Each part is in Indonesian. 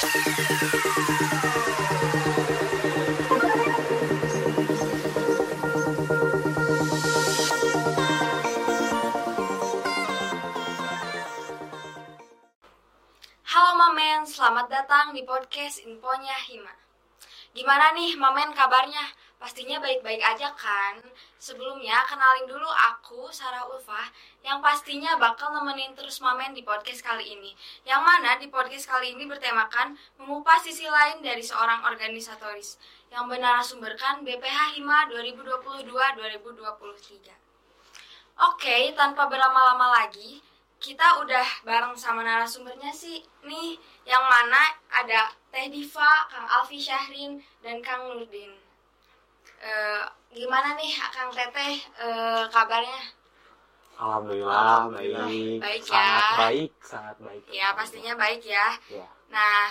Halo Mamen, selamat datang di podcast Infonya Hima. Gimana nih Mamen kabarnya? Pastinya baik-baik aja kan? Sebelumnya kenalin dulu aku, Sarah Ulfah, yang pastinya bakal nemenin terus Mamen di podcast kali ini. Yang mana di podcast kali ini bertemakan mengupas sisi lain dari seorang organisatoris yang bernarasumberkan BPH Hima 2022-2023. Oke, tanpa berlama-lama lagi, kita udah bareng sama narasumbernya sih nih, yang mana ada Teh Diva, Kang Alfi Syahrin, dan Kang Nurdin. Gimana nih Kang Teteh kabarnya? Alhamdulillah baik. Baik Sangat baik. Ya pastinya baik ya. Ya. Nah,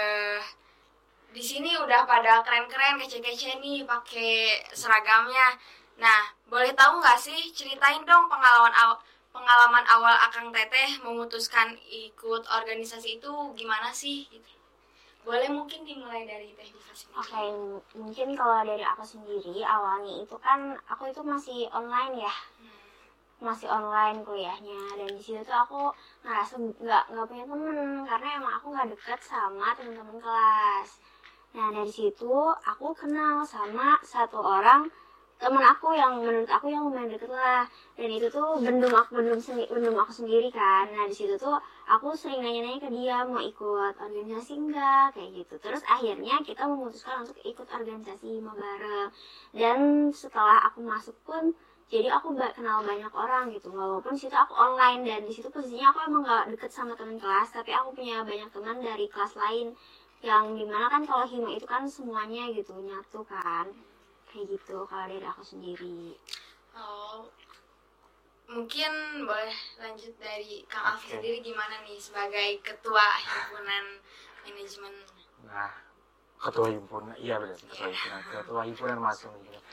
di sini udah pada keren-keren, kece-kece nih pakai seragamnya. Nah, boleh tahu nggak sih, ceritain dong pengalaman awal Akang Teteh memutuskan ikut organisasi itu gimana sih? Gitu. Boleh mungkin dimulai dari Teh Diva sendiri. Oke, mungkin kalau dari aku sendiri, awalnya itu kan aku itu masih online ya. Masih online kuliahnya, dan di situ tuh aku ngerasa nggak punya temen karena emang aku nggak deket sama teman-teman kelas. Nah dari situ aku kenal sama satu orang teman aku yang menurut aku yang lumayan deket lah, dan itu tuh bendung aku sendiri kan. Nah di situ tuh aku sering nanya-nanya ke dia mau ikut organisasi enggak kayak gitu. Terus akhirnya kita memutuskan untuk ikut organisasi Hima bareng, dan setelah aku masuk pun jadi aku kenal banyak orang gitu, walaupun situ aku online, dan di situ posisinya aku emang gak deket sama teman kelas, tapi aku punya banyak teman dari kelas lain, yang dimana kan kalau Hima itu kan semuanya gitu nyatu kan, kayak gitu kalau dari aku sendiri. Oh, mungkin boleh lanjut dari Kang Alfi sendiri, gimana nih sebagai ketua himpunan manajemen? Nah, ketua himpunan, iya benar, ketua himpunan masuk.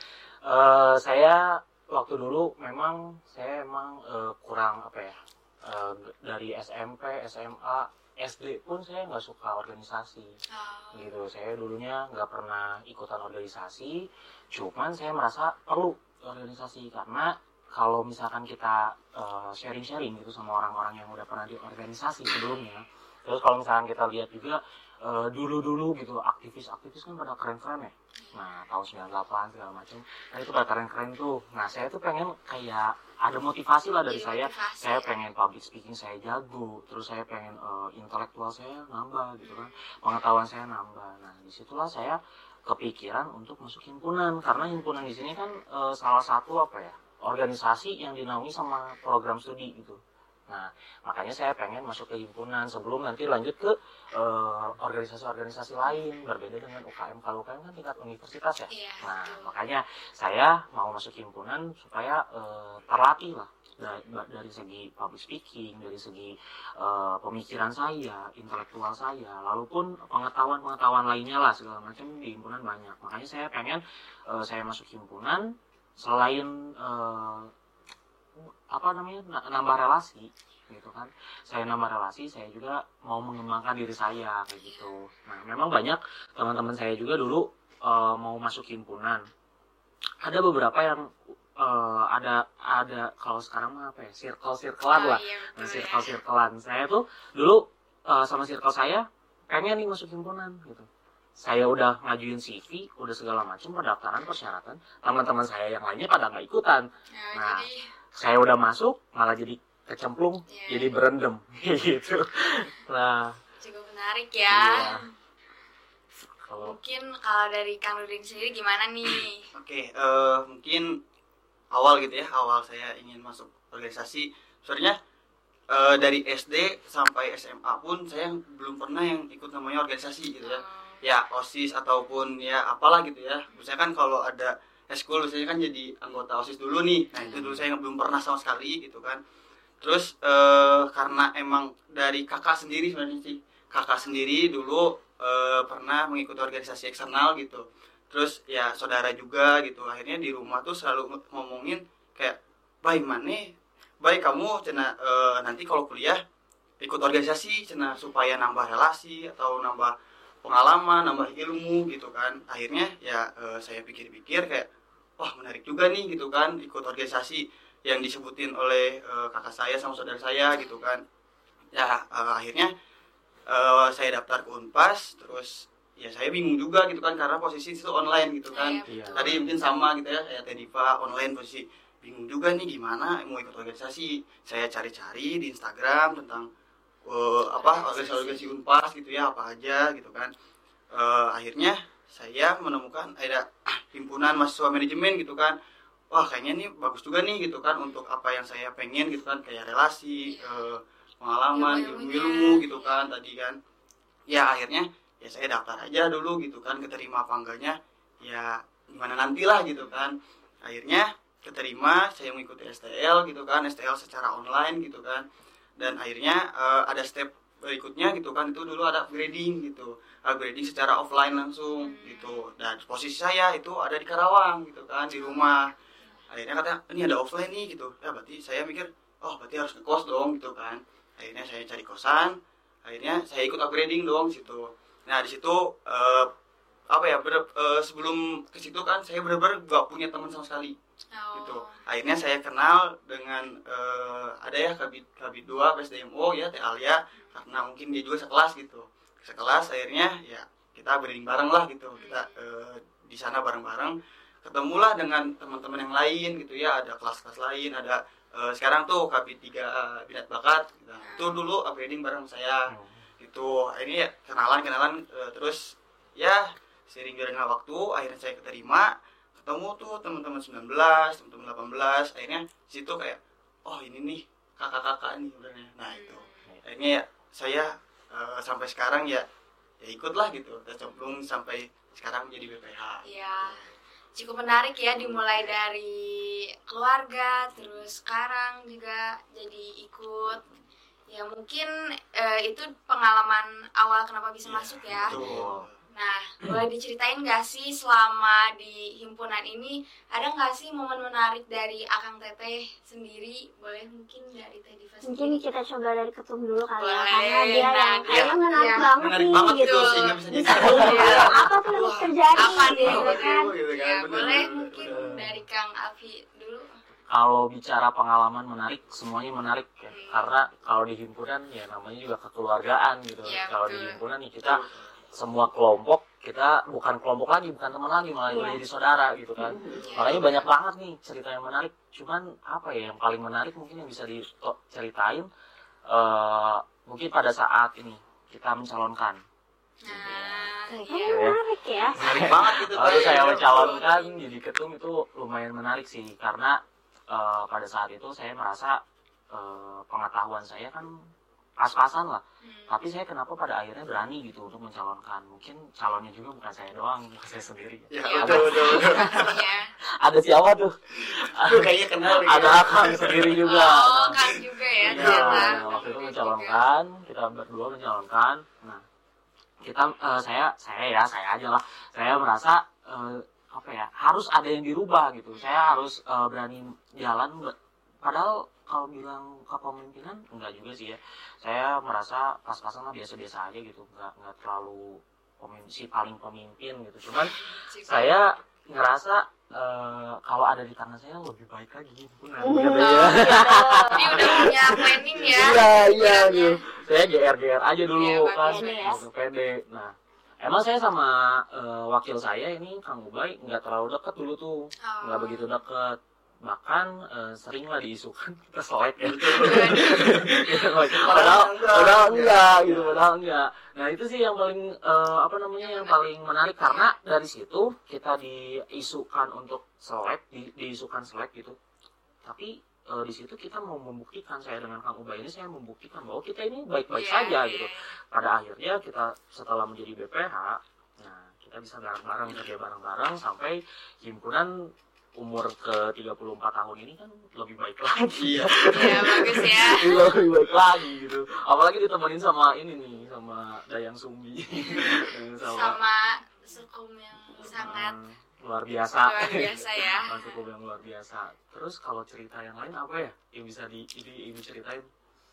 Saya waktu dulu memang saya kurang dari SMP, SMA, SD pun saya nggak suka organisasi. Gitu. Saya dulunya nggak pernah ikutan organisasi, cuman saya merasa perlu organisasi karena kalau misalkan kita sharing-sharing gitu sama orang-orang yang udah pernah di organisasi sebelumnya, terus kalau misalkan kita lihat juga dulu gitu aktivis kan pada keren-keren ya. Nah tahun 98 segala macam, nah itu pada keren-keren tuh. Nah saya tuh pengen kayak ada motivasi lah dari saya pengen public speaking saya jago, terus saya pengen intelektual saya nambah gitu kan, pengetahuan saya nambah. Nah disitulah saya kepikiran untuk masuk himpunan, karena himpunan di sini kan salah satu organisasi yang dinaungi sama program studi gitu. Nah, makanya saya pengen masuk ke himpunan sebelum nanti lanjut ke organisasi-organisasi lain, berbeda dengan UKM. Kalau UKM kan tingkat universitas ya. Iya, Nah, betul. makanya saya mau masuk himpunan supaya terlatih lah dari segi public speaking, dari segi pemikiran saya, intelektual saya, lalu pun pengetahuan lainnya lah segala macam di himpunan banyak. Makanya saya pengen saya masuk himpunan selain nambah relasi gitu kan. Saya nambah relasi, saya juga mau mengembangkan diri saya kayak gitu. Nah, memang banyak teman-teman saya juga dulu mau masuk himpunan. Ada beberapa yang ada kalau sekarang mah circle-circlean lah. Iya, Nah, betul, circle-circlean. Saya tuh dulu sama circle saya pengen nih masuk himpunan gitu. Saya udah ngajuin CV, udah segala macam pendaftaran, persyaratan. Teman-teman saya yang lainnya pada nggak ikutan. Nah, saya udah masuk malah jadi kecemplung, jadi berendam gitu. Nah, cukup menarik ya. Iya. Mungkin kalau dari Kang Nurdin sendiri gimana nih? Oke, mungkin awal saya ingin masuk organisasi. Sebenarnya dari SD sampai SMA pun saya belum pernah yang ikut namanya organisasi gitu ya. Ya OSIS ataupun ya apalah gitu ya. Misalnya kan kalau ada eskul biasanya kan jadi anggota OSIS dulu nih. Nah itu dulu saya belum pernah sama sekali gitu kan. Terus karena emang dari kakak sendiri sebenarnya sih, kakak sendiri dulu pernah mengikuti organisasi eksternal gitu. Terus ya saudara juga gitu. Akhirnya di rumah tuh selalu ngomongin kayak, baik kamu nanti kalau kuliah ikut organisasi cenah supaya nambah relasi atau nambah pengalaman, nambah ilmu gitu kan. Akhirnya ya saya pikir-pikir kayak wah menarik juga nih gitu kan ikut organisasi yang disebutin oleh kakak saya sama saudara saya gitu kan. Ya akhirnya saya daftar ke Unpas, terus ya saya bingung juga gitu kan karena posisi itu online gitu kan. Iya. Tadi mungkin sama gitu ya kayak Tediva online posisi bingung juga nih gimana mau ikut organisasi. Saya cari-cari di Instagram tentang organisasi Unpas gitu ya apa aja gitu kan. Akhirnya saya menemukan ada himpunan mahasiswa manajemen gitu kan. Wah kayaknya nih bagus juga nih gitu kan untuk apa yang saya pengen gitu kan kayak relasi, pengalaman, ilmu gitu kan tadi kan. Ya akhirnya ya saya daftar aja dulu gitu kan, keterima apa enggaknya ya gimana nantilah gitu kan. Akhirnya keterima, saya mengikuti STL gitu kan, STL secara online gitu kan. Dan akhirnya ada step berikutnya gitu kan, itu dulu ada upgrading gitu, upgrading secara offline langsung gitu. Dan posisi saya itu ada di Karawang gitu kan, di rumah. Akhirnya katanya ini ada offline nih gitu, ya berarti saya mikir oh berarti harus ngekos dong gitu kan. Akhirnya saya cari kosan, akhirnya saya ikut upgrading dong situ. Nah di situ sebelum ke situ kan saya benar-benar gak punya teman sama sekali gitu. Akhirnya saya kenal dengan ada ya Kabid 2 PSDMO ya Teh Alia, karena mungkin dia juga sekelas gitu. Sekelas akhirnya ya kita upgrading bareng lah gitu. Kita di sana bareng-bareng, ketemulah dengan teman-teman yang lain gitu ya, ada kelas-kelas lain, ada sekarang tuh Kabid 3 Minat Bakat. Nah, itu dulu upgrading bareng saya. Gitu. Ini ya kenalan terus ya seiring jalannya waktu akhirnya saya keterima, ketemu tuh teman-teman 19, teman-teman 18, akhirnya situ kayak oh ini nih kakak-kakak nih sebenarnya. Nah itu akhirnya ya saya sampai sekarang ya ikutlah gitu, tercemplung sampai sekarang menjadi BPH. Iya, cukup menarik ya, dimulai dari keluarga terus sekarang juga jadi ikut. Ya mungkin itu pengalaman awal kenapa bisa masuk ya. Betul. Nah, boleh diceritain nggak sih selama di himpunan ini ada nggak sih momen menarik dari Akang Teteh sendiri? Boleh mungkin dari Teh Diva Mungkin sendiri. kita coba dari ketum dulu kali ya, Boleh. karena dia Nah, yang kayaknya menarik banget Menarik nih banget gitu. gitu sehingga bisa Bisa jadi apa tuh yang terjadi Apa nih gitu kan. gitu kan. Ya, Bener, boleh bener, mungkin bener. dari Kang Alfi dulu. Kalau bicara pengalaman menarik, semuanya menarik ya. Karena kalau di himpunan ya namanya juga kekeluargaan gitu. Ya, Kalau di betul. himpunan nih kita semua kelompok, kita bukan kelompok lagi, bukan teman lagi, malah udah jadi saudara gitu kan. Makanya banyak banget nih cerita yang menarik. Cuman apa ya yang paling menarik mungkin yang bisa diceritain mungkin pada saat ini kita mencalonkan. Nah, Kan iya. menarik ya. Menarik banget gitu. Lalu saya mencalonkan jadi ketum itu lumayan menarik sih, karena pada saat itu saya merasa pengetahuan saya kan pas-pasan lah. Tapi saya kenapa pada akhirnya berani gitu untuk mencalonkan. Mungkin calonnya juga bukan saya doang, bukan saya sendiri. Ya, Ya, betul. pastinya. Ada siapa tuh? Aduh kayaknya kenal nih. Ada Akang sendiri juga. Oh, Kang juga ya Nah, ternyata. waktu itu mencalonkan, kita berdua mencalonkan. Nah, kita saya aja lah. Saya merasa harus ada yang dirubah gitu. Saya harus berani jalan. Padahal kalau bilang kepemimpinan enggak juga sih ya. Saya merasa pas-pasan lah, biasa-biasa aja gitu. Enggak terlalu paling pemimpin gitu. Cuman saya ngerasa kalau ada di tangan saya lebih baik lagi. Nah, gitu ya. Jadi udah punya planning ya. Iya gitu. Saya GR aja dulu Iya, kan, pede ya. pede. Nah, emang saya sama wakil saya ini Kang Ubay nggak terlalu dekat dulu tuh, nggak begitu dekat. Bahkan sering lah diisukan kita selek ya. Padahal enggak gitu, padahal enggak. Nah itu sih yang paling yang paling menarik, karena dari situ kita diisukan untuk selek, diisukan selek gitu. Tapi di situ kita mau membuktikan, saya dengan Kang Ubay ini saya membuktikan bahwa kita ini baik-baik saja gitu. Pada akhirnya kita setelah menjadi BPH, nah kita bisa bareng-bareng, kerja bareng-bareng sampai himpunan umur ke 34 tahun ini kan lebih baik lagi. Iya. Ya bagus ya. Lebih baik lagi gitu. Apalagi ditemenin sama ini nih, sama Dayang Sumbi. Sama sukum yang sangat luar biasa. luar biasa ya. Sukum yang luar biasa. Terus kalau cerita yang lain apa ya yang bisa ibu ceritain?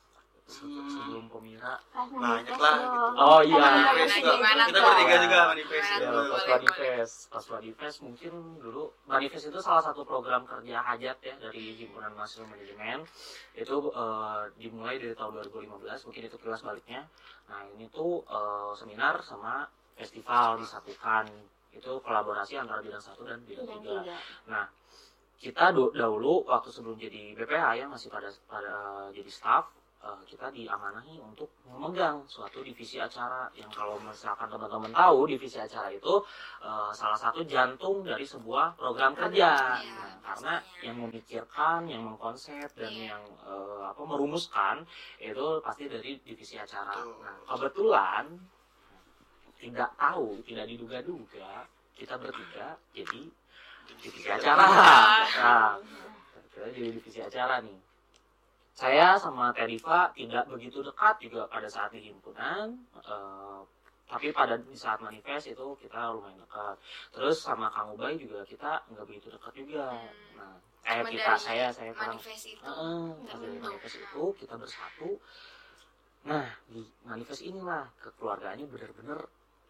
sebelum Pemira. Banyak lah gitu. Oh iya. Kita bertiga juga manifest. Ya, pas manifest mungkin dulu manifest itu salah satu program kerja hajat ya dari Himpunan Mahasiswa Manajemen. Itu dimulai dari tahun 2015, mungkin itu kelas baliknya. Nah ini tuh seminar sama festival disatukan. Itu kolaborasi antara bidang 1 dan bidang 3. Nah kita dahulu waktu sebelum jadi BPH ya masih pada jadi staff, kita diamanahi untuk memegang suatu divisi acara yang kalau misalkan teman-teman tahu divisi acara itu salah satu jantung dari sebuah program kerja. Nah, karena yang memikirkan, yang mengkonsep dan yang merumuskan itu pasti dari divisi acara. Nah, kebetulan tidak diduga-duga kita bertiga jadi divisi acara. Nah, kita jadi divisi acara nih. Saya sama Teriva tidak begitu dekat juga pada saat di himpunan, tapi di saat manifest itu kita lumayan dekat. Terus sama Kang Ubay juga kita nggak begitu dekat juga. Nah, saya manifest itu. Dari manifest itu kita bersatu. Nah di manifest inilah kekeluargaannya benar-benar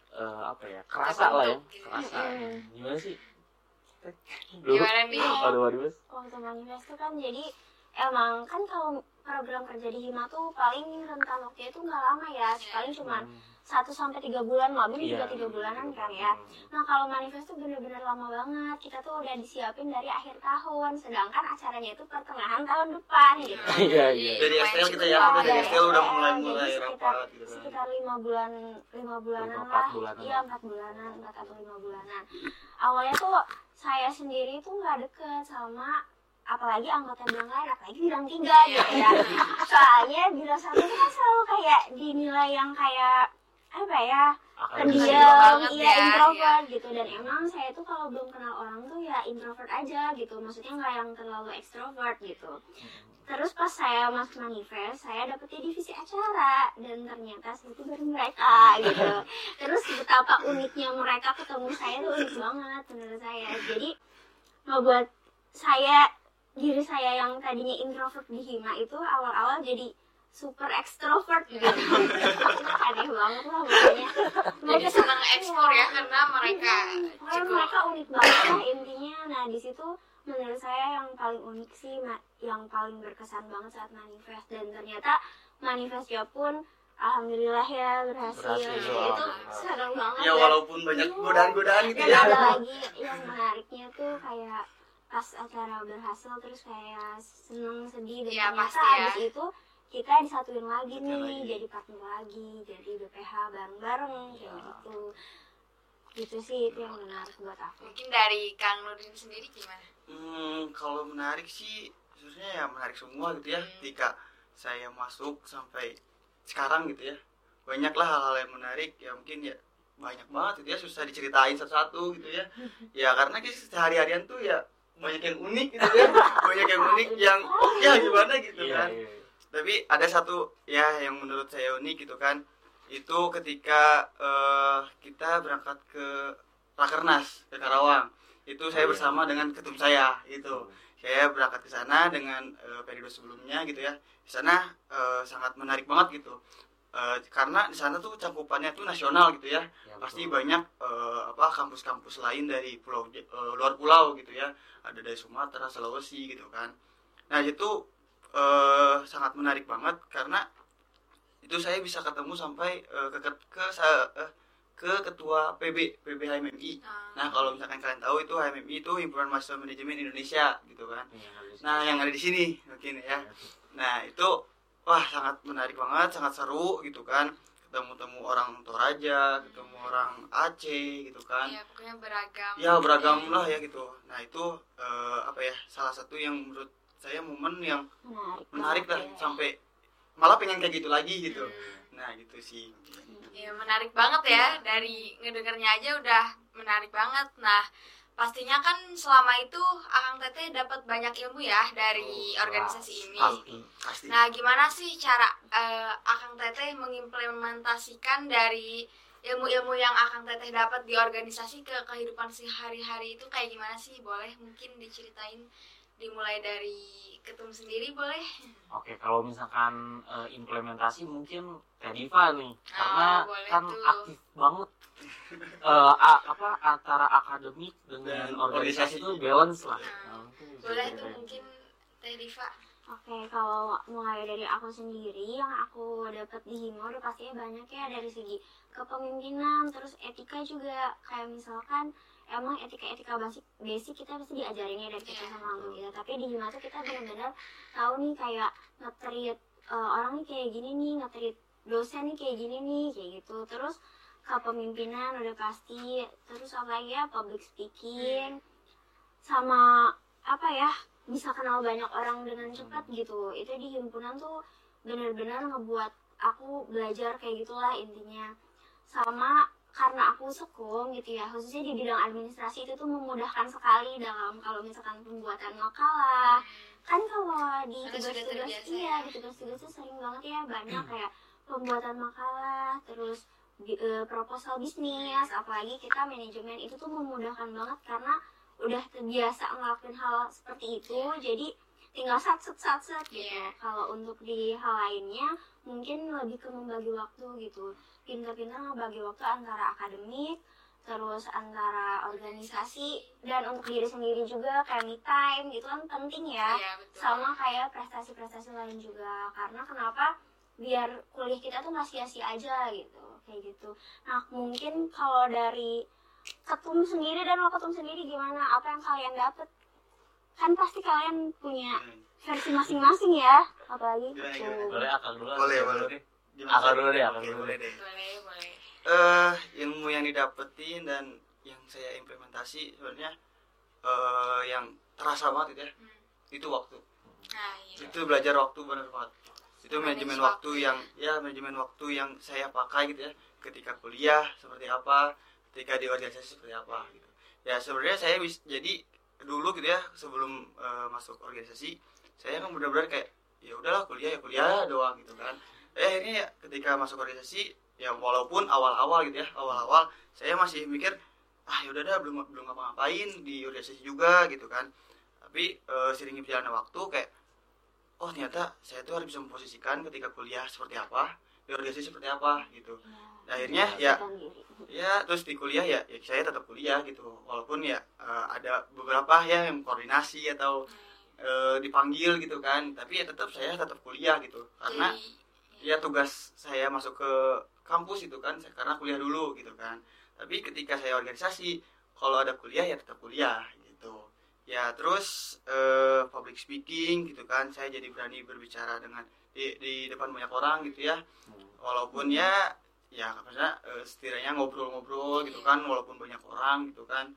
kerasa lah ya, kerasa. Gimana sih? Gimana nih? Waduh. Waktu manifest itu kan jadi emang kan kalau program kerja di Hima tuh paling rentan waktunya itu nggak lama ya, paling cuma 1-3 bulan, mabim juga 3 bulanan kan ya. Nah kalau manifest tuh bener-bener lama banget, kita tuh udah disiapin dari akhir tahun, sedangkan acaranya itu pertengahan tahun depan gitu. Iya. Dari STL kita ya, dari STL udah mulai rapat gitu kan. Sekitar 5 bulanan lah. Iya 4 bulanan, 4 atau 5 bulanan. Awalnya tuh saya sendiri tuh nggak deket sama apalagi anggota bidang lain, apalagi bidang 3 gitu ya. Soalnya bidang 1 tuh kan selalu kayak dinilai yang kayak pendiam, introvert gitu. Dan emang saya tuh kalau belum kenal orang tuh ya introvert aja gitu, maksudnya nggak yang terlalu ekstrovert gitu. Terus pas saya masuk manifest, saya dapetnya divisi acara dan ternyata saya itu baru mereka gitu. Terus betapa uniknya mereka ketemu saya tuh unik banget menurut saya. Jadi ngebuat diri saya yang tadinya introvert di Hima itu awal-awal jadi super ekstrovert gitu. Aneh banget lah pokoknya. Mereka senang eksplor ya karena mereka unik banget lah intinya. Nah di situ menurut saya yang paling unik sih, yang paling berkesan banget saat manifest, dan ternyata manifestnya pun alhamdulillah ya berhasil. Itu seru banget. Ya walaupun banyak godaan-godaan gitu dan ya. ada lagi yang menariknya tuh kayak pas acara berhasil terus kayak seneng sedih dan ya, ternyata ya. abis itu kita disatuin lagi nih, jadi partner lagi, jadi BPH bareng-bareng kayak gitu sih. Itu yang menarik buat aku. Mungkin dari Kang Nurdin sendiri gimana? Kalau menarik sih sebenarnya ya menarik semua gitu ya. Ketika saya masuk sampai sekarang gitu ya, banyaklah hal-hal yang menarik ya, mungkin ya banyak banget gitu ya, susah diceritain satu-satu gitu ya. Ya karena sehari-harian tuh ya banyak yang unik gitu ya, banyak yang unik yang ya gimana gitu kan. Tapi ada satu ya yang menurut saya unik gitu kan, itu ketika kita berangkat ke Rakernas ke Karawang. Itu saya bersama dengan ketum saya gitu. Saya berangkat ke sana dengan periode sebelumnya gitu ya. Di sana sangat menarik banget gitu. Karena di sana tuh cakupannya tuh nasional gitu ya. Pasti banyak kampus-kampus lain dari luar pulau gitu ya. Ada dari Sumatera, Sulawesi gitu kan. Nah, itu sangat menarik banget karena itu saya bisa ketemu sampai ke ketua PB HMMI. Nah, kalau misalkan kalian tahu itu HMMI itu Himpunan Mahasiswa Manajemen Indonesia gitu kan. Nah, yang ada di sini mungkin ya. Nah, itu wah sangat menarik banget, sangat seru gitu kan. Ketemu orang Toraja, ketemu orang Aceh gitu kan. Iya, pokoknya beragam. Ya, beragam lah ya gitu. Nah, itu salah satu yang menurut saya momen yang menarik lah ya. Sampai malah pengen kayak gitu lagi gitu. Nah, gitu sih. Ya, menarik banget ya. Dari ngedengernya aja udah menarik banget. Nah, pastinya kan selama itu Akang Teteh dapat banyak ilmu ya dari organisasi ini. Pasti. Nah, gimana sih cara Akang Teteh mengimplementasikan dari ilmu-ilmu yang Akang Teteh dapat di organisasi ke kehidupan sehari-hari itu kayak gimana sih? Boleh mungkin diceritain dimulai dari ketum sendiri boleh? Oke, kalau misalkan implementasi mungkin Teh Diva nih, karena kan tuh. aktif banget antara akademik dengan organisasi itu balance lah. Boleh tuh mungkin Teh Diva. Oke, kalau mulai dari aku sendiri, yang aku dapat di Hima udah pastinya banyak ya, dari segi kepemimpinan, terus etika juga. Kayak misalkan emang etika basic kita pasti diajarinnya dari kecil sama orang tua kita, tapi di Hima tuh kita benar-benar tahu nih kayak nge-treat orang nih kayak gini nih, nge-treat dosen nih kayak gini nih, kayak gitu. Terus kepemimpinan udah pasti, terus apa lagi ya, public speaking, sama apa ya, bisa kenal banyak orang dengan cepat gitu. Itu di himpunan tuh benar-benar ngebuat aku belajar kayak gitulah intinya. Sama karena aku sekum gitu ya, khususnya di bidang administrasi, itu tuh memudahkan sekali dalam kalau misalkan pembuatan makalah. Kan kalau di tugas-tugas di tugas-tugas tuh sering banget ya, banyak kayak pembuatan makalah, terus proposal bisnis, apalagi kita manajemen, itu tuh memudahkan banget karena udah terbiasa ngelakuin hal seperti itu, jadi tinggal sat gitu. Kalau untuk di hal lainnya mungkin lebih ke membagi waktu gitu, pintar-pintar ngebagi waktu antara akademik, terus antara organisasi, dan untuk diri sendiri juga kayak me time gitu kan penting ya. Sama kayak prestasi-prestasi lain juga, karena kenapa, biar kuliah kita tuh nggak sia-sia aja gitu, kayak gitu. Nah mungkin kalau dari ketum sendiri dan wakil ketum sendiri gimana? Apa yang kalian dapet? Kan pasti kalian punya versi masing-masing ya, apalagi ketum. Boleh akal dulu. Boleh. Akal dulu deh. Boleh. Ilmu yang didapetin dan yang saya implementasi sebenarnya yang terasa banget itu ya. Itu waktu. Itu belajar waktu benar banget. Itu manajemen waktu yang saya pakai gitu ya. Ketika kuliah seperti apa, ketika di organisasi seperti apa gitu. Ya sebenarnya saya jadi dulu gitu ya, sebelum masuk organisasi, saya kan benar-benar kayak ya udahlah kuliah doang gitu kan. Akhirnya ya, ketika masuk organisasi ya, walaupun awal-awal gitu ya, saya masih mikir ya udah dah, belum ngapa-ngapain di organisasi juga gitu kan. Tapi seiring berjalannya waktu kayak ternyata saya tuh harus bisa memposisikan ketika kuliah seperti apa, di organisasi seperti apa gitu. Akhirnya ya terus di kuliah ya saya tetap kuliah gitu, walaupun ya ada beberapa ya yang koordinasi atau dipanggil gitu kan, tapi ya saya tetap kuliah gitu, karena ya tugas saya masuk ke kampus itu kan karena kuliah dulu gitu kan. Tapi ketika saya organisasi, kalau ada kuliah ya tetap kuliah gitu ya. Terus public speaking gitu kan, saya jadi berani berbicara dengan di depan banyak orang gitu ya, walaupun ya karena setidaknya ngobrol-ngobrol gitu kan, walaupun banyak orang gitu kan.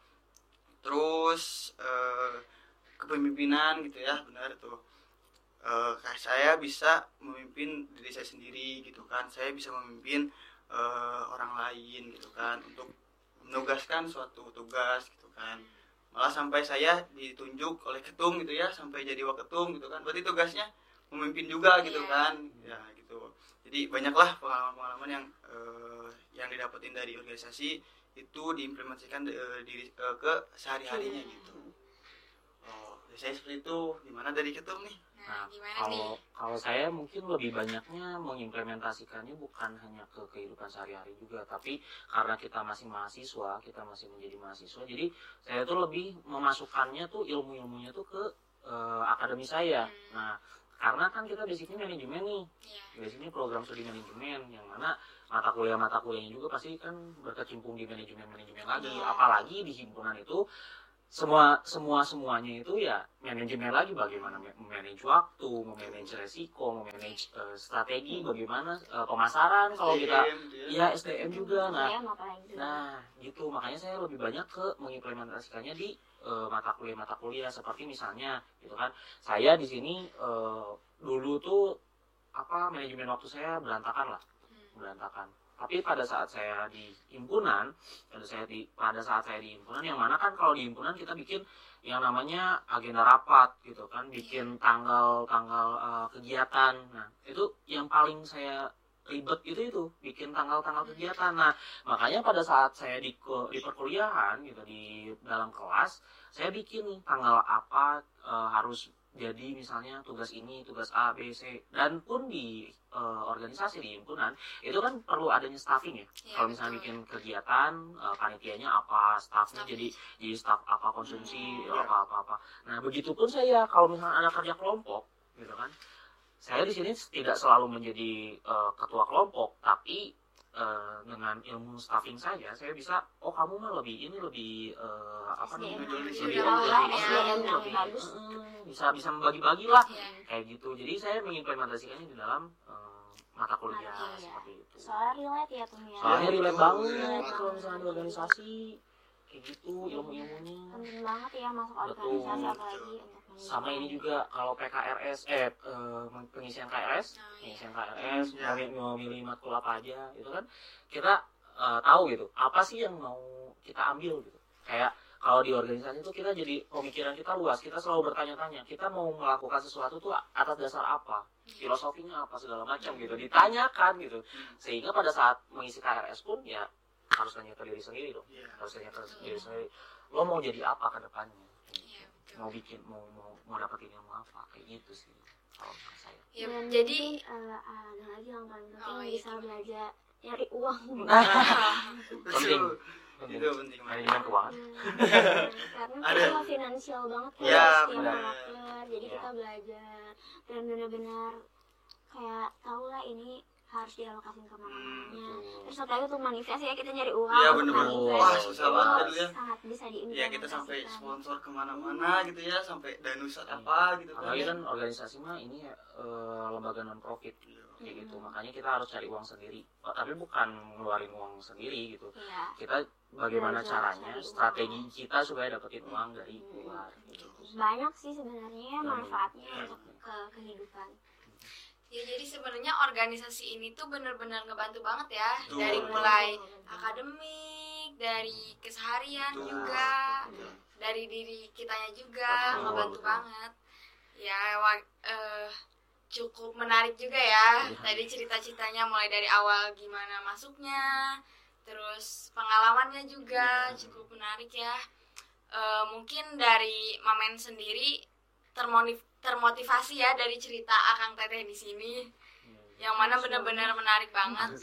Terus kepemimpinan gitu ya, benar tuh. Kayak saya bisa memimpin diri saya sendiri gitu kan, saya bisa memimpin orang lain gitu kan, untuk menugaskan suatu tugas gitu kan. Malah sampai saya ditunjuk oleh ketum gitu ya, sampai jadi waketum gitu kan, berarti tugasnya memimpin juga gitu kan ya gitu. Jadi banyaklah pengalaman-pengalaman yang didapetin dari organisasi itu diimplementasikan ke sehari-harinya gitu. Saya seperti itu. Gimana dari ketum nih? Nah, kalau saya mungkin lebih banyaknya mengimplementasikannya bukan hanya ke kehidupan sehari-hari juga, tapi karena kita masih mahasiswa, kita masih menjadi mahasiswa, jadi saya tuh lebih memasukkannya tuh ilmu-ilmunya tuh ke akademi saya. Nah, karena kan kita basicnya manajemen nih, basicnya program studi manajemen, yang mana mata kuliahnya juga pasti kan berkecimpung di manajemen lagi. Apalagi di himpunan itu semuanya itu ya manajemen lagi, bagaimana manage waktu, memanage resiko, memanage strategi, bagaimana pemasaran, kalau kita ya SDM juga. Nah gitu, makanya saya lebih banyak ke mengimplementasikannya di mata kuliah seperti misalnya gitu kan. Saya di sini dulu tuh manajemen waktu saya berantakan. Tapi pada saat saya di himpunan, yang mana kan kalau di himpunan kita bikin yang namanya agenda rapat gitu kan, bikin tanggal kegiatan. Nah itu yang paling saya ribet itu bikin tanggal-tanggal kegiatan. Nah makanya pada saat saya di perkuliahan gitu, di dalam kelas saya bikin nih tanggal apa harus jadi, misalnya tugas ini, tugas A, B, C. Dan pun di organisasi, di himpunan itu kan perlu adanya staffing ya. Kalau misalnya bikin kegiatan, panitianya apa, staffnya jadi staff apa, konsumsi apa. Nah begitupun saya kalau misalnya ada kerja kelompok gitu kan, saya di sini tidak selalu menjadi ketua kelompok, tapi dengan ilmu staffing saja saya bisa, oh kamu mah lebih apa namanya, lebih bisa membagi-bagi lah kayak gitu. Jadi saya mengimplementasikannya di dalam mata kuliah seperti itu. Soalnya relate ya tuh ya. Soalnya relate banget kalau misalnya di organisasi kayak gitu, ilmu-ilmunya penting banget ya masuk organisasi, apalagi untuk sama ini juga kalau PKRS pengisian KRS mau milih matkul apa aja itu kan kita tahu gitu apa sih yang mau kita ambil gitu. Kayak kalau di organisasi itu kita jadi pemikiran kita luas, kita selalu bertanya-tanya kita mau melakukan sesuatu tuh atas dasar apa, filosofinya apa, segala macam gitu ditanyakan gitu, sehingga pada saat mengisi KRS pun ya harus tanya ke diri sendiri dong, harus tanya ke diri sendiri, lo mau jadi apa ke depannya, mau bikin mau dapetin ilmu apa, kayak gitu sih kalau menurut saya. Dan jadi ada lagi yang paling penting bisa belajar nyari uang. penting itu penting manajemen keuangan. Karena kita finansial banget kan setiap karakter, jadi kita belajar dan benar-benar kayak tahu lah ini harus dialokasiin kemana-mananya. Terus apalagi untuk manifest ya, kita nyari uang. Iya benar-benar. Wah susah banget dulu ya. Sangat bisa diimplementasikan. Ya kita sampai sponsor kemana-mana gitu ya, sampai danusat apa gitu kan. Apalagi kan organisasi mah ini lembaga non profit kayak gitu. Makanya kita harus cari uang sendiri. Tapi bukan ngeluarin uang sendiri gitu. Kita bagaimana caranya, strategi kita supaya dapetin uang dari luar gitu. Banyak sih sebenarnya manfaatnya untuk kehidupan. Ya jadi sebenarnya organisasi ini tuh benar-benar ngebantu banget ya. Dari mulai akademik, dari keseharian juga, dari diri kitanya juga ngebantu banget. Ya cukup menarik juga ya. Tadi cerita-ceritanya mulai dari awal gimana masuknya, terus pengalamannya juga cukup menarik ya. Mungkin dari Mamen sendiri termotivasi ya dari cerita Akang Teteh di sini, yang mana benar-benar menarik banget.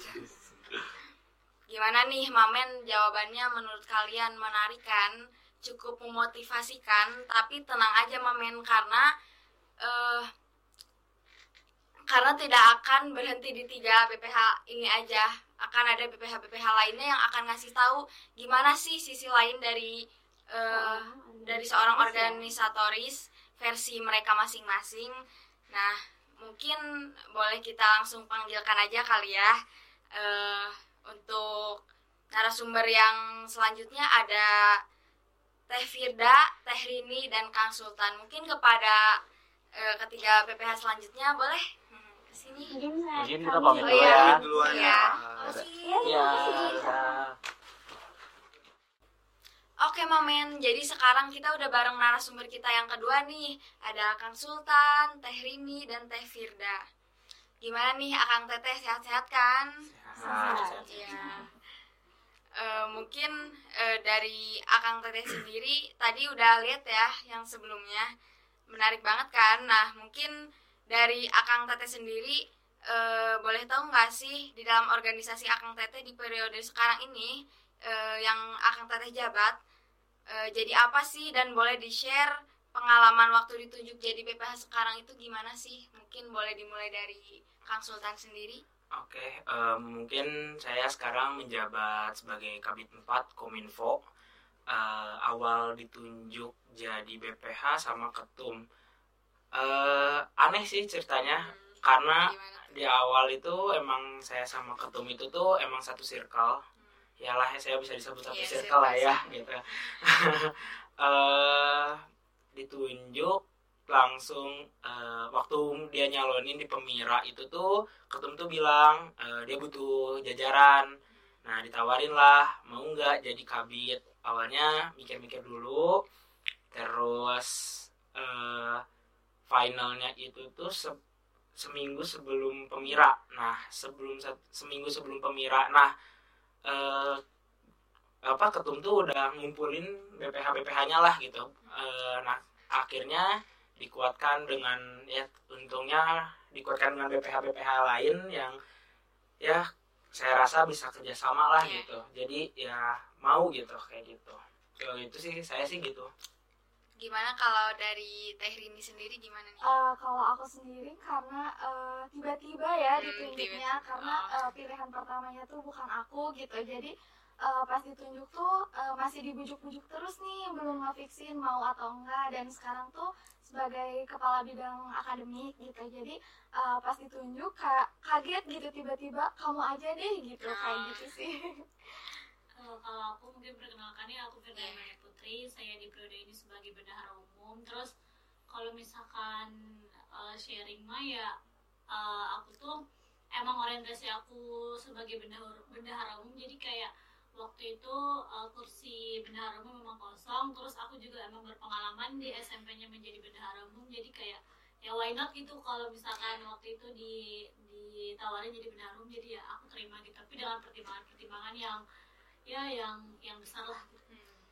Gimana nih Mamen, jawabannya menurut kalian menarik kan? Cukup memotivasikan, tapi tenang aja Mamen, karena tidak akan berhenti di 3 BPH ini aja. Akan ada BPH-BPH lainnya yang akan ngasih tahu gimana sih sisi lain dari seorang organisatoris versi mereka masing-masing. Nah, mungkin boleh kita langsung panggilkan aja kali ya. Untuk narasumber yang selanjutnya ada Teh Firda, Teh Rini, dan Kang Sultan. Mungkin kepada ketiga PPH selanjutnya boleh kesini. Mungkin kita pamit dulu ya. Oke Mamen, jadi sekarang kita udah bareng narasumber kita yang kedua nih. Ada Kang Sultan, Teh Rini, dan Teh Firda. Gimana nih Akang Teteh, sehat-sehat kan? Sehat. Ya. Mungkin dari Akang Teteh sendiri tadi udah lihat ya yang sebelumnya. Menarik banget kan? Nah mungkin dari Akang Teteh sendiri boleh tahu nggak sih di dalam organisasi Akang Teteh di periode sekarang ini yang Akang Teteh jabat, jadi apa sih, dan boleh di-share pengalaman waktu ditunjuk jadi PPH sekarang itu gimana sih? Mungkin boleh dimulai dari Kang Sultan sendiri. Oke, mungkin saya sekarang menjabat sebagai Kabid 4 Kominfo. Awal ditunjuk jadi BPH sama ketum. Aneh sih ceritanya, karena di awal itu emang saya sama ketum itu tuh emang satu circle. Yalah, saya bisa disebut satu circle lah ya gitu. Ditunjuk langsung waktu dia nyalonin di Pemira itu tuh ketum tuh bilang dia butuh jajaran. Nah ditawarin lah mau nggak jadi kabid. Awalnya mikir-mikir dulu, terus finalnya itu tuh seminggu sebelum pemira. Nah, seminggu sebelum pemira. Nah, ketum tuh udah ngumpulin BPH-nya lah gitu. Nah, akhirnya dikuatkan dengan untungnya dikuatkan dengan BPH lain yang ya saya rasa bisa kerjasama lah gitu. Jadi ya mau gitu kayak gitu. Kalau itu sih saya sih gitu. Gimana kalau dari Teh Rini sendiri gimana nih? Kalau aku sendiri karena tiba-tiba ya ditunjuknya, karena pilihan pertamanya tuh bukan aku gitu. Jadi pas ditunjuk tuh masih dibujuk-bujuk terus nih, belum ngefiksin mau atau enggak. Dan sekarang tuh sebagai kepala bidang akademik gitu. Jadi pas ditunjuk kaget gitu, tiba-tiba kamu aja deh gitu, kayak gitu sih. Kalau aku mungkin perkenalkan ya, aku Firdaimani Putri, saya di periode ini sebagai bendahara umum. Terus kalau misalkan sharing mah ya aku tuh emang orientasi aku sebagai bendahara umum, jadi kayak waktu itu kursi bendahara umum memang kosong. Terus aku juga emang berpengalaman di SMP-nya menjadi bendahara umum, jadi kayak ya why not gitu kalau misalkan waktu itu ditawarin jadi bendahara umum, jadi ya aku terima gitu, tapi dengan pertimbangan yang besar lah gitu.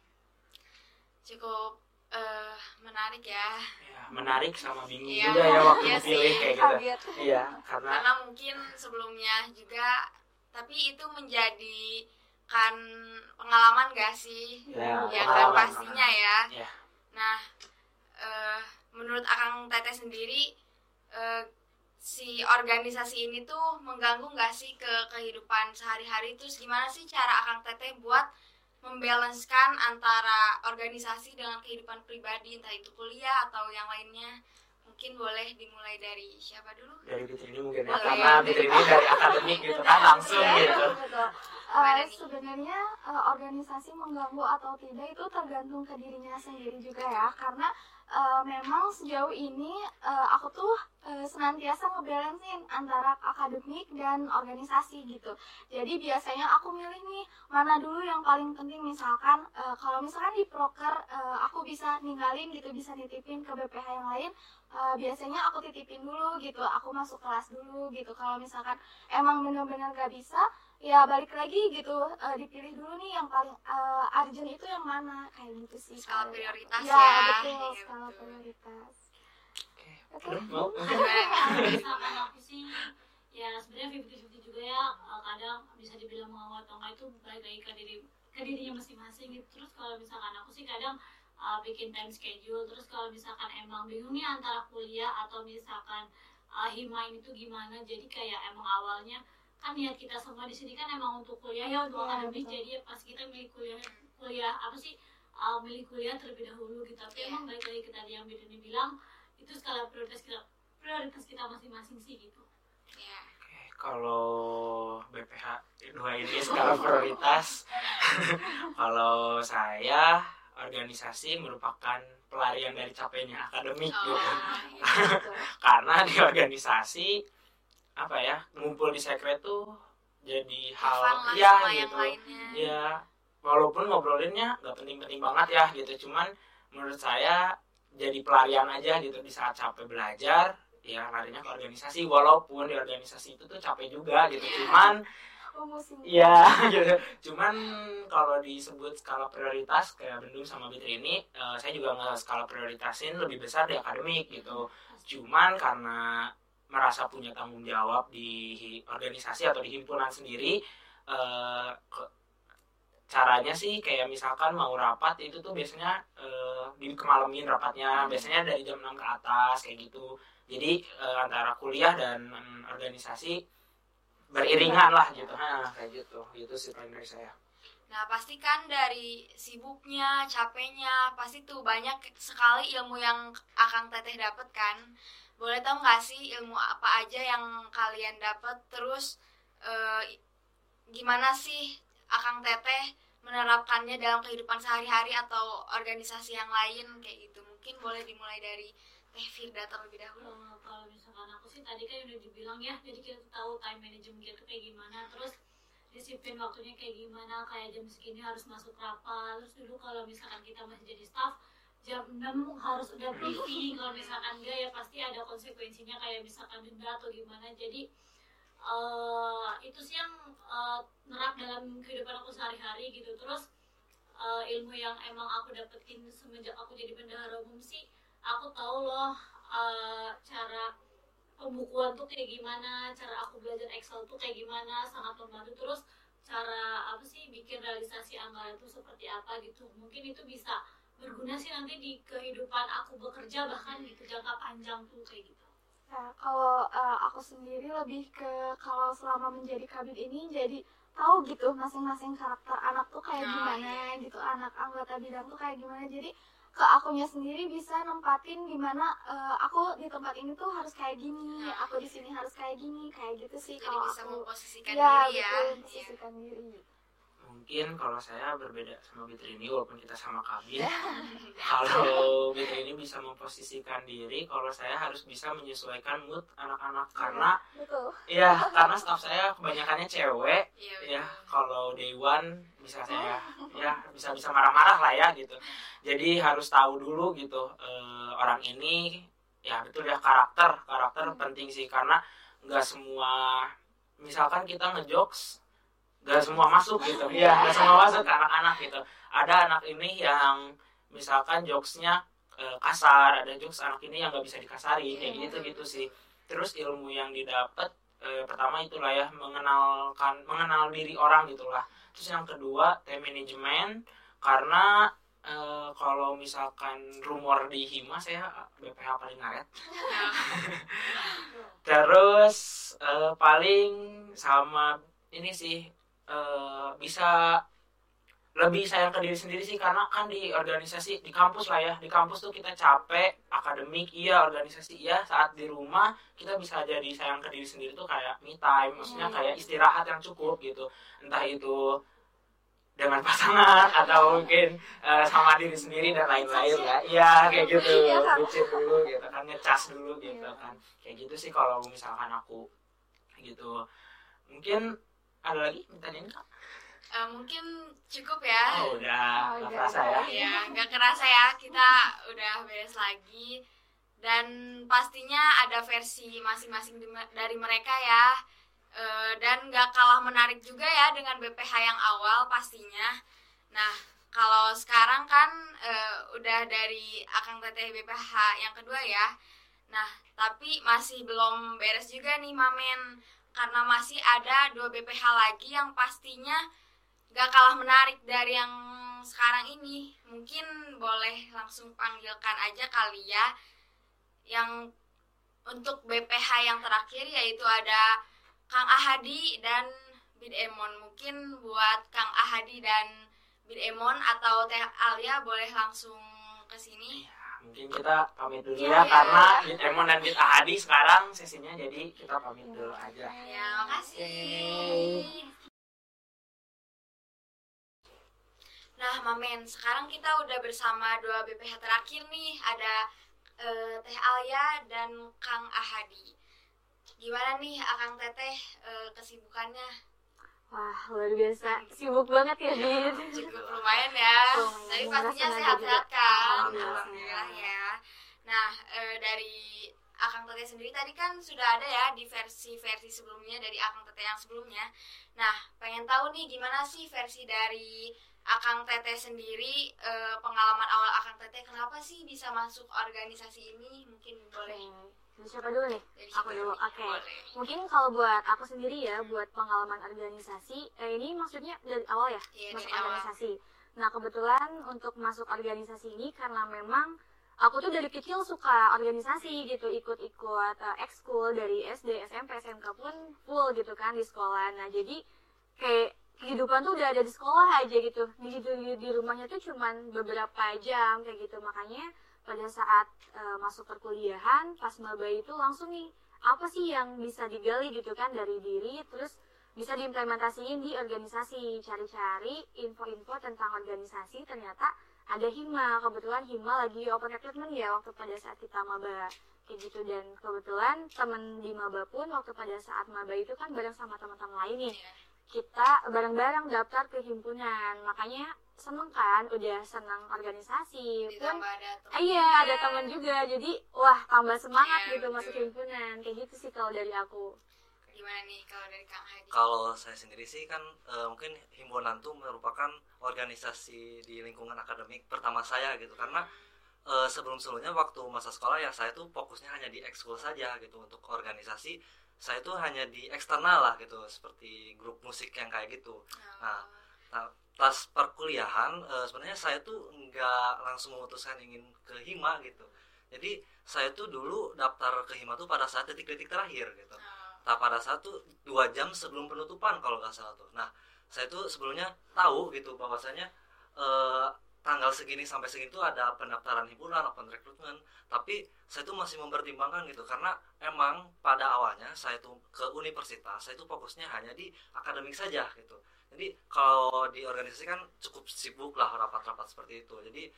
Cukup menarik ya. Menarik sama bingung juga ya waktu pilih kayak gitu. Iya, karena mungkin sebelumnya juga, tapi itu menjadikan pengalaman gak sih? Ya kan pastinya ya. Nah, menurut Akang Teteh sendiri, si organisasi ini tuh mengganggu nggak sih ke kehidupan sehari-hari? Terus gimana sih cara Akang Teteh buat membalanskan antara organisasi dengan kehidupan pribadi, entah itu kuliah atau yang lainnya? Mungkin boleh dimulai dari siapa dulu? Dari Bitrini mungkin ya, karena Bitrini dari akademik gitu kan langsung gitu. Sebenarnya organisasi mengganggu atau tidak itu tergantung ke dirinya sendiri juga ya, karena memang sejauh ini aku tuh senantiasa ngebalancein antara akademik dan organisasi gitu. Jadi biasanya aku milih nih mana dulu yang paling penting. Misalkan kalau misalkan di proker aku bisa ninggalin gitu, bisa nitipin ke BPH yang lain, biasanya aku titipin dulu gitu, aku masuk kelas dulu gitu. Kalau misalkan emang benar-benar gak bisa, ya balik lagi gitu, dipilih dulu nih yang paling urgent itu yang mana, kayak gitu sih. Skala prioritas ya. Ya betul, skala prioritas. Misalkan aku sih ya sebenarnya 50-50 juga ya, kadang bisa dibilang mau atau enggak itu balik lagi ke dirinya masing-masing gitu. Terus kalau misalkan aku sih kadang bikin time schedule. Terus kalau misalkan emang bingung nih antara kuliah atau misalkan hima ini tuh gimana, jadi kayak emang awalnya kan niat kita semua di sini kan emang untuk kuliah ya, untuk akademik. Jadi pas kita milih kuliah apa sih, milih kuliah terlebih dahulu gitu. Tapi emang balik lagi ke tadi yang Bitrini bilang, itu skala prioritas kita masing-masing sih gitu. Kalau BPH 2 ini skala prioritas kalau saya, organisasi merupakan pelarian dari capeknya akademik gitu. Karena di organisasi apa ya, ngumpul di sekret tuh jadi hal ya gitu ya, walaupun ngobrolinnya nggak penting-penting banget ya gitu, cuman menurut saya jadi pelarian aja gitu. Di saat capek belajar ya larinya ke organisasi, walaupun di organisasi itu tuh capek juga gitu, cuman ya gitu. Cuman kalau disebut skala prioritas kayak Bendung sama Bitrini, saya juga nge-skala prioritasin lebih besar di akademik gitu. Cuman karena merasa punya tanggung jawab di organisasi atau di himpunan sendiri, caranya sih kayak misalkan mau rapat itu tuh biasanya dikemalamin rapatnya, biasanya dari jam 6 ke atas kayak gitu. Jadi antara kuliah dan organisasi beriringan lah gitu. Kayak gitu. Itu sih paling dari saya. Nah, pasti kan dari sibuknya, capeknya, pasti tuh banyak sekali ilmu yang Akang Teteh dapat kan. Boleh tahu nggak sih ilmu apa aja yang kalian dapat? Terus gimana sih Akang Teteh menerapkannya dalam kehidupan sehari-hari atau organisasi yang lain kayak gitu? Mungkin boleh dimulai dari Teh Firda terlebih dahulu. Kalau misalkan aku sih tadi kan udah dibilang ya, jadi kita tahu time management kita kayak gimana, terus disiplin waktunya kayak gimana, kayak jam segini harus masuk rapat. Terus dulu kalau misalkan kita masih jadi staff, jam 6 harus udah briefing, kalau misalkan enggak ya pasti ada konsekuensinya kayak misalkan denda atau gimana. Jadi itu sih yang nerap dalam kehidupan aku sehari-hari gitu. Terus ilmu yang emang aku dapetin semenjak aku jadi bendahara umum sih, aku tahu loh cara pembukuan tuh kayak gimana, cara aku belajar Excel tuh kayak gimana, sangat membantu. Terus cara apa sih bikin realisasi anggaran tuh seperti apa gitu. Mungkin itu bisa berguna sih nanti di kehidupan aku bekerja, bahkan gitu jangka panjang tuh kayak gitu. Nah, kalau aku sendiri lebih ke kalau selama menjadi kabit ini jadi tahu gitu masing-masing karakter anak tuh kayak gimana gitu, anak anggota bidang tuh kayak gimana. Jadi ke akunya sendiri bisa nempatin gimana aku di tempat ini tuh harus kayak gini, aku di sini harus kayak gini, kayak gitu sih. Jadi kalau bisa aku memposisikan ya, diri ya. betul, memposisikan diri. Mungkin kalau saya berbeda sama Bitrini walaupun kita sama kabin. Kalau Bitrini bisa memposisikan diri, kalau saya harus bisa menyesuaikan mood anak-anak karena Betul. ya karena staff saya kebanyakannya cewek. Iya, Ya kalau day one bisa saya ya bisa marah-marah lah ya gitu. Jadi harus tahu dulu gitu orang ini ya betul ya, karakter penting sih, karena nggak semua, misalkan kita ngejokes gak semua masuk gitu ya, gak semua masuk ke anak-anak gitu. Ada anak ini yang misalkan jokesnya kasar, ada jokes anak ini yang gak bisa dikasarin kayak gitu sih. Terus ilmu yang didapat pertama itulah ya, mengenal diri orang gitulah. Terus yang kedua time management, karena kalau misalkan rumor di Hima saya BPH paling ngaret. Terus paling sama ini sih, bisa lebih sayang ke diri sendiri sih, karena kan di organisasi di kampus lah ya, di kampus tuh kita capek akademik iya, organisasi iya, saat di rumah kita bisa jadi sayang ke diri sendiri tuh kayak me time, maksudnya kayak istirahat yang cukup gitu, entah itu dengan pasangan atau mungkin sama diri sendiri dan lain-lain ya, iya kayak gitu, bucin dulu gitu kan, ngecas dulu gitu kan, kayak gitu sih kalau misalkan aku gitu. Mungkin ada lagi pertanyaan Kak? Mungkin cukup ya. Oh udah, nggak kerasa ya? Ya, nggak kerasa ya, kita udah beres lagi. Dan pastinya ada versi masing-masing dari mereka ya. Dan nggak kalah menarik juga ya dengan BPH yang awal pastinya. Nah, kalau sekarang kan udah dari Akang Teteh BPH yang kedua ya. Nah, tapi masih belum beres juga nih Mamen, karena masih ada 2 BPH lagi yang pastinya gak kalah menarik dari yang sekarang ini. Mungkin boleh langsung panggilkan aja kali ya. Yang untuk BPH yang terakhir yaitu ada Kang Ahadi dan Bid Emon. Mungkin buat Kang Ahadi dan Bid Emon atau Teh Alia boleh langsung ke sini. Mungkin kita pamit dulu ya, karena Bid Emon dan Bid Ahadi sekarang sesinya, jadi kita pamit dulu aja. Ya, makasih. Nah, Mamen, sekarang kita udah bersama 2 BPH terakhir nih. Ada Teh Alia dan Kang Ahadi. Gimana nih Akang Teteh kesibukannya? Wah, luar biasa. Sibuk banget ya, Dit. Cukup lumayan ya. Tapi pastinya sehat-sehat kan? Alhamdulillah Ya. Nah, dari Akang Teteh sendiri tadi kan sudah ada ya di versi-versi sebelumnya dari Akang Teteh yang sebelumnya. Nah, pengen tahu nih gimana sih versi dari Akang Teteh sendiri, pengalaman awal Akang Teteh kenapa sih bisa masuk organisasi ini? Mungkin boleh. Siapa dulu nih? Dari Aku siapa dulu. nih? Oke. Boleh. Mungkin kalau buat aku sendiri ya, buat pengalaman organisasi, ini maksudnya dari awal ya, Iya, masuk dari awal. organisasi. Nah, kebetulan untuk masuk organisasi ini karena memang aku tuh dari kecil suka organisasi gitu, ikut-ikut ekskul dari SD, SMP, SMK pun full gitu kan di sekolah. Nah, jadi kayak kehidupan tuh udah ada di sekolah aja gitu. Di rumahnya tuh cuman beberapa jam kayak gitu. Makanya pada saat masuk perkuliahan pas maba itu langsung nih apa sih yang bisa digali gitu kan dari diri, terus bisa diimplementasiin di organisasi, cari-cari info-info tentang organisasi. Ternyata ada Hima, kebetulan Hima lagi open recruitment ya waktu pada saat kita maba kayak gitu. Dan kebetulan temen di maba pun waktu pada saat maba itu kan bareng sama teman-teman lain nih, kita bareng-bareng daftar ke himpunan. Makanya seneng kan, udah senang organisasi pun ada iya ada teman juga, jadi wah tambah semangat gitu betul. masuk himpunan kayak gitu sih kalau dari aku. Gimana nih kalau dari Kang Hadi? Kalau saya sendiri sih kan mungkin himpunan tuh merupakan organisasi di lingkungan akademik pertama saya gitu, karena sebelum-sebelumnya waktu masa sekolah ya saya tuh fokusnya hanya di ekskul saja gitu. Untuk organisasi saya tuh hanya di eksternal lah gitu, seperti grup musik yang kayak gitu. Nah pas perkuliahan sebenarnya saya tuh nggak langsung memutuskan ingin ke Hima gitu. Jadi saya tuh dulu daftar ke Hima tuh pada saat detik-detik terakhir gitu. Nah pada saat tuh 2 jam sebelum penutupan kalau nggak salah tuh. Nah saya tuh sebelumnya tahu gitu bahwasanya tanggal segini sampai segini tuh ada pendaftaran himpunan, open recruitment, tapi saya tuh masih mempertimbangkan gitu, karena emang pada awalnya saya tuh ke universitas, saya tuh fokusnya hanya di akademik saja gitu. Jadi kalau di organisasi kan cukup sibuk lah rapat-rapat seperti itu. Jadi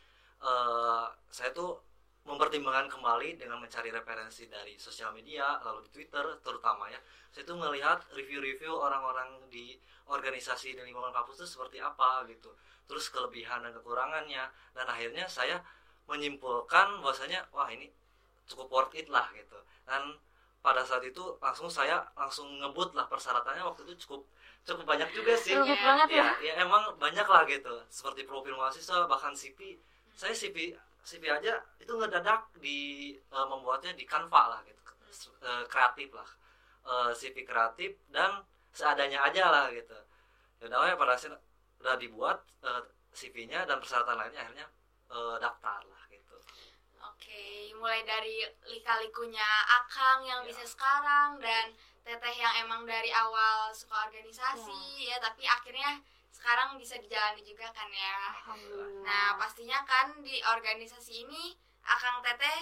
saya tuh mempertimbangkan kembali dengan mencari referensi dari sosial media, lalu di Twitter terutama ya. Saya tuh melihat review-review orang-orang di organisasi di lingkungan kampus itu seperti apa gitu, terus kelebihan dan kekurangannya, dan akhirnya saya menyimpulkan bahwasanya wah ini cukup worth it lah gitu. Dan pada saat itu saya langsung ngebut lah persyaratannya, waktu itu cukup banyak juga sih. Rumit banget ya. Ya emang banyak lah gitu, seperti profil mahasiswa, bahkan CV. Saya CV aja itu ngedadak membuatnya di Canva lah gitu, kreatif lah, CV kreatif dan seadanya aja lah gitu. Yaudah pada akhirnya udah dibuat CV-nya dan persyaratan lainnya, akhirnya daftar lah gitu. Oke, mulai dari lika-likunya Akang yang bisa sekarang, dan Teteh yang emang dari awal suka organisasi ya, tapi akhirnya sekarang bisa dijalani juga kan ya. Nah pastinya kan di organisasi ini Akang Teteh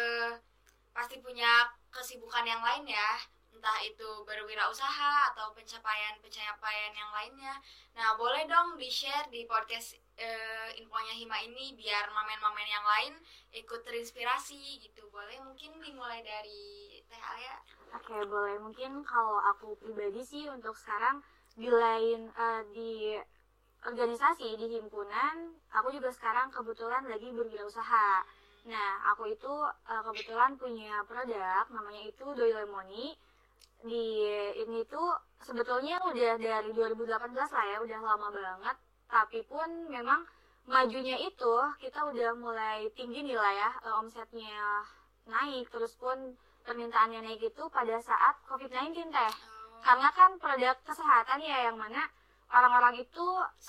pasti punya kesibukan yang lain ya, entah itu berwirausaha atau pencapaian yang lainnya. Nah boleh dong di-share di podcast Infonya Hima ini biar mamen-mamen yang lain ikut terinspirasi gitu. Boleh mungkin dimulai dari Teh Alia? Oke, boleh. Mungkin kalau aku pribadi sih untuk sekarang di lain di organisasi di himpunan, aku juga sekarang kebetulan lagi berwirausaha. Nah aku itu kebetulan punya produk namanya itu Doi Lemoni. Ini tuh sebetulnya udah dari 2018 lah ya, udah lama banget, tapi pun memang majunya itu kita udah mulai tinggi nih lah ya, omsetnya naik, terus pun permintaannya naik itu pada saat COVID-19 Teh. Karena kan produk kesehatan ya, yang mana orang-orang itu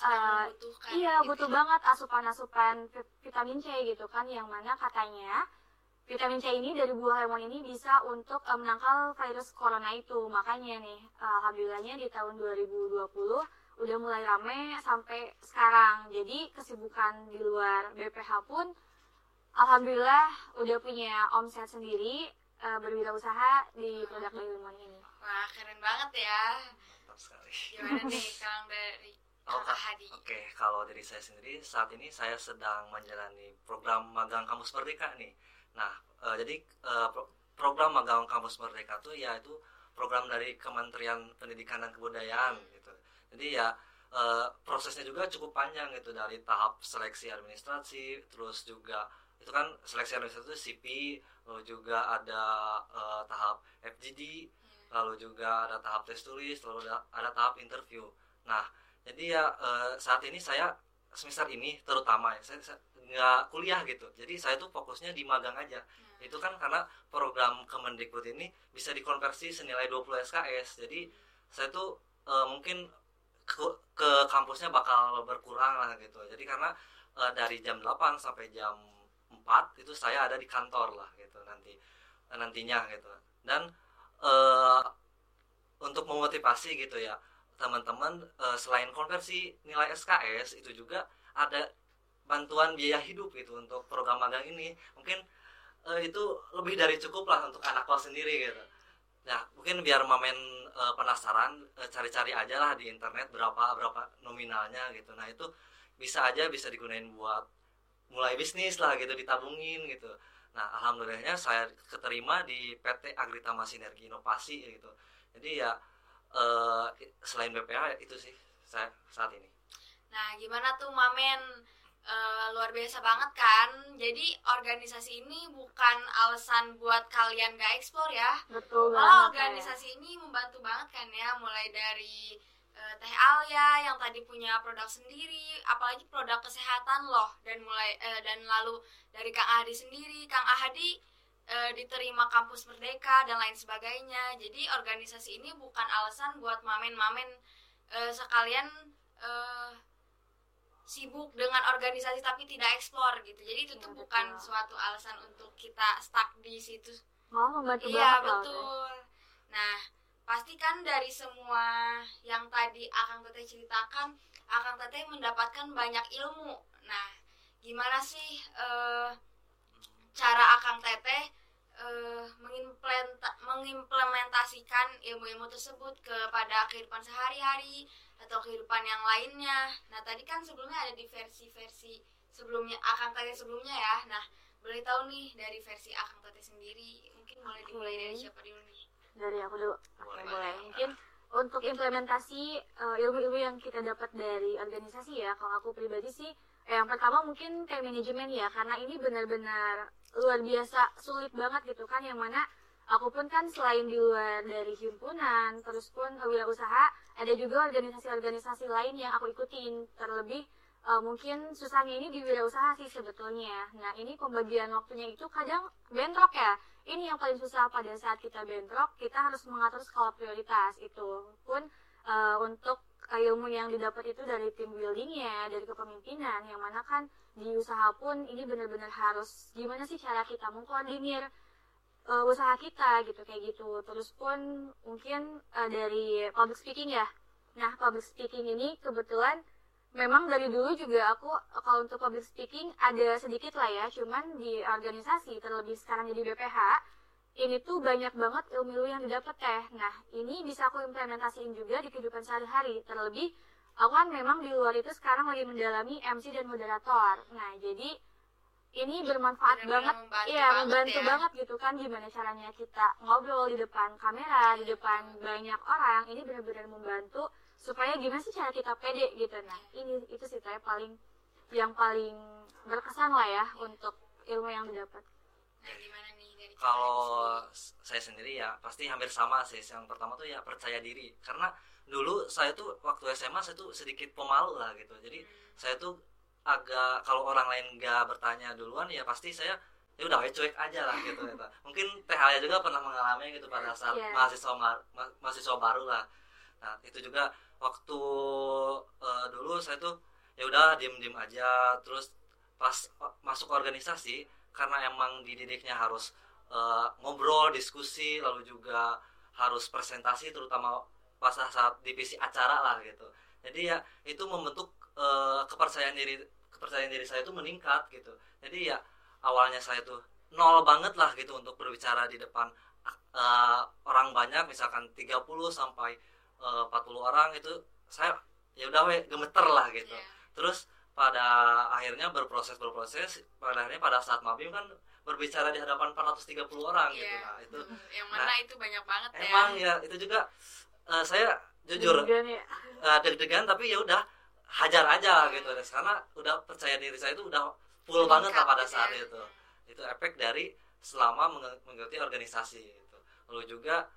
butuh banget asupan vitamin C gitu kan, yang mana katanya vitamin C ini dari buah lemon ini bisa untuk menangkal virus corona itu. Makanya nih alhamdulillahnya di tahun 2020 udah mulai rame sampai sekarang. Jadi kesibukan di luar BPH pun alhamdulillah udah punya omset sendiri, berwirausaha di produk Doi Lemon ini. Wah keren banget ya. Mantap sekali. Gimana nih Kang dari Kang Hadi? Oke, kalau dari saya sendiri saat ini saya sedang menjalani program magang Kampus Merdeka nih. Nah, jadi program magang Kampus Merdeka itu yaitu program dari Kementerian Pendidikan dan Kebudayaan gitu. Jadi ya prosesnya juga cukup panjang gitu, dari tahap seleksi administrasi, terus juga itu kan seleksi administrasi itu CP, lalu juga ada tahap FGD, lalu juga ada tahap tes tulis, lalu ada tahap interview. Nah, jadi ya saat ini saya semester ini terutama ya, saya nggak kuliah gitu, jadi saya tuh fokusnya di magang aja. Itu kan karena program Kemendikbud ini bisa dikonversi senilai 20 SKS, jadi saya tuh mungkin ke kampusnya bakal berkurang lah gitu. Jadi karena dari jam 8 sampai jam 4 itu saya ada di kantor lah gitu nantinya gitu. Dan untuk memotivasi gitu ya teman-teman, selain konversi nilai SKS itu juga ada bantuan biaya hidup gitu untuk program magang ini. Mungkin itu lebih dari cukup lah untuk anak kos sendiri gitu. Nah mungkin biar mamen penasaran, cari-cari aja lah di internet berapa nominalnya gitu. Nah itu bisa digunain buat mulai bisnis lah gitu, ditabungin gitu. Nah alhamdulillahnya saya keterima di PT Agritama Sinergi Inovasi gitu. Jadi ya selain BPH itu sih saya saat ini. Nah, gimana tuh Mamen? Luar biasa banget kan. Jadi organisasi ini bukan alasan buat kalian gak eksplor ya. Betul Malah banget. organisasi ini membantu banget kan ya. Mulai dari Teh Alia yang tadi punya produk sendiri, apalagi produk kesehatan loh, dan lalu dari Kang Ahadi sendiri, Kang Ahadi diterima kampus Merdeka dan lain sebagainya. Jadi organisasi ini bukan alasan buat mamen-mamen sekalian sibuk dengan organisasi tapi tidak eksplor gitu. Jadi itu tuh bukan suatu alasan untuk kita stuck di situ. Malah membantu Iya, banget betul. Nah, pasti kan dari semua yang tadi Akang Teteh ceritakan, Akang Teteh mendapatkan banyak ilmu. Nah, gimana sih cara Akang Teteh mengimplementasikan ilmu-ilmu tersebut kepada kehidupan sehari-hari atau kehidupan yang lainnya? Nah, tadi kan sebelumnya ada di versi-versi sebelumnya Akang Teteh sebelumnya ya. Nah, boleh tahu nih dari versi Akang Teteh sendiri, mungkin boleh dimulai dari siapa dulu nih? Dari aku dulu. Boleh. Mungkin untuk implementasi ilmu-ilmu yang kita dapat dari organisasi ya, kalau aku pribadi sih yang pertama mungkin time management ya, karena ini benar-benar luar biasa sulit banget gitu kan, yang mana aku pun kan selain di luar dari himpunan, terus pun wirausaha, ada juga organisasi-organisasi lain yang aku ikutin. Terlebih mungkin susahnya ini di wirausaha sih sebetulnya. Nah, ini pembagian waktunya itu kadang bentrok ya. Ini yang paling susah pada saat kita bentrok, kita harus mengatur skala prioritas. Itu pun untuk ilmu yang didapat itu dari team buildingnya, dari kepemimpinan, yang mana kan di usaha pun ini benar-benar harus gimana sih cara kita mengkoordinir usaha kita gitu, kayak gitu. Terus pun mungkin dari public speaking ya. Nah, public speaking ini kebetulan memang dari dulu juga aku kalau untuk public speaking ada sedikit lah ya, cuman di organisasi terlebih sekarang jadi BPH ini tuh banyak banget ilmu yang didapat teh. Nah, ini bisa aku implementasiin juga di kehidupan sehari-hari. Terlebih aku kan memang di luar itu sekarang lagi mendalami MC dan moderator. Nah, jadi ini bermanfaat banget, membantu banget gitu kan, gimana caranya kita ngobrol di depan kamera, di depan banyak orang. Ini benar-benar membantu supaya gimana sih cara kita pede gitu. Nah, itu sih saya yang paling berkesan lah ya untuk ilmu yang didapat. Nah, gimana nih dari Kalau saya sendiri ya pasti hampir sama sih. Yang pertama tuh ya percaya diri, karena dulu saya tuh waktu SMA saya tuh sedikit pemalu lah gitu. Jadi saya tuh agak, kalau orang lain nggak bertanya duluan ya pasti saya ya udah cuek aja lah gitu. Mungkin Teh Alia juga pernah mengalami gitu pada saat mahasiswa baru lah. Nah, itu juga waktu dulu saya tuh ya udah diem aja. Terus pas masuk organisasi, karena emang dididiknya harus ngobrol, diskusi, lalu juga harus presentasi, terutama pas saat divisi acara lah gitu. Jadi ya itu membentuk kepercayaan diri saya itu meningkat gitu. Jadi ya awalnya saya tuh nol banget lah gitu untuk berbicara di depan orang banyak, misalkan 30 sampai 40 orang, itu saya ya udah gemeter lah gitu. Terus pada akhirnya berproses pada akhirnya pada saat mabim kan berbicara di hadapan 430 orang gitu. Nah, itu yang mana itu banyak banget ya. Emang ya itu juga saya jujur deg-degan, tapi ya udah hajar aja gitu, karena udah percaya diri saya itu udah full banget lah pada saat itu. Itu efek dari selama mengikuti organisasi gitu. Lalu juga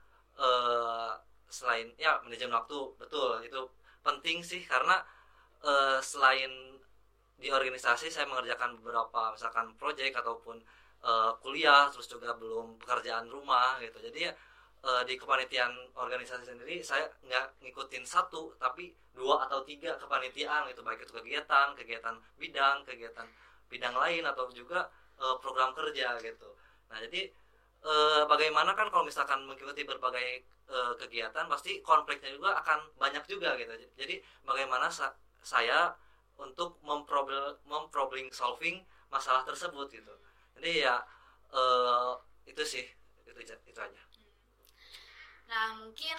selain ya manajemen waktu, betul itu penting sih, karena selain di organisasi saya mengerjakan beberapa misalkan proyek ataupun kuliah, terus juga belum pekerjaan rumah gitu. Jadi ya di kepanitiaan organisasi sendiri saya nggak ngikutin satu tapi 2 atau 3 kepanitiaan gitu, baik itu kegiatan bidang lain atau juga program kerja gitu. Nah, jadi bagaimana kan kalau misalkan mengikuti berbagai kegiatan pasti konfliknya juga akan banyak juga gitu. Jadi bagaimana saya untuk memproblem solving masalah tersebut gitu. Jadi ya itu sih, itu aja. Nah, mungkin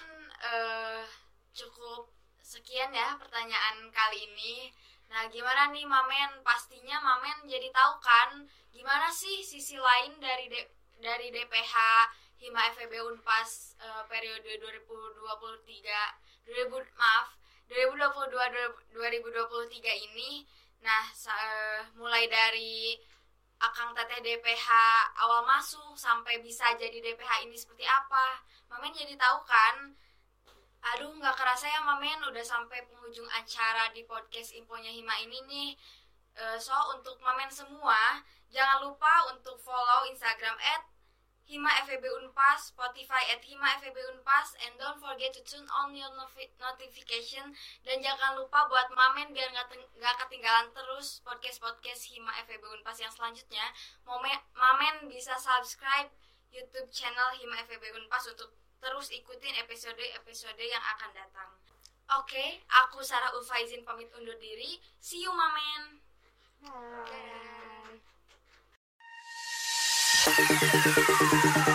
cukup sekian ya pertanyaan kali ini. Nah, gimana nih Mamen? Pastinya Mamen jadi tahu kan gimana sih sisi lain dari DPH Hima FEB Unpas periode 2023 ini. Nah, mulai dari Akang Teteh DPH awal masuk sampai bisa jadi DPH ini seperti apa, Mamen jadi tahu kan. Aduh, nggak kerasa ya Mamen udah sampai penghujung acara di podcast Infonya Hima ini nih. So untuk Mamen semua, jangan lupa untuk follow Instagram @HimaFEBUnpas, Spotify @HimaFEBUnpas, and don't forget to turn on your notification. Dan jangan lupa buat Mamen biar nggak ketinggalan terus podcast Hima FEB Unpas yang selanjutnya. Mamen bisa subscribe YouTube channel Hima FEB Unpas untuk terus ikutin episode-episode yang akan datang. Oke, aku Sarah Ulfa izin pamit undur diri. See you Mamen. Bye.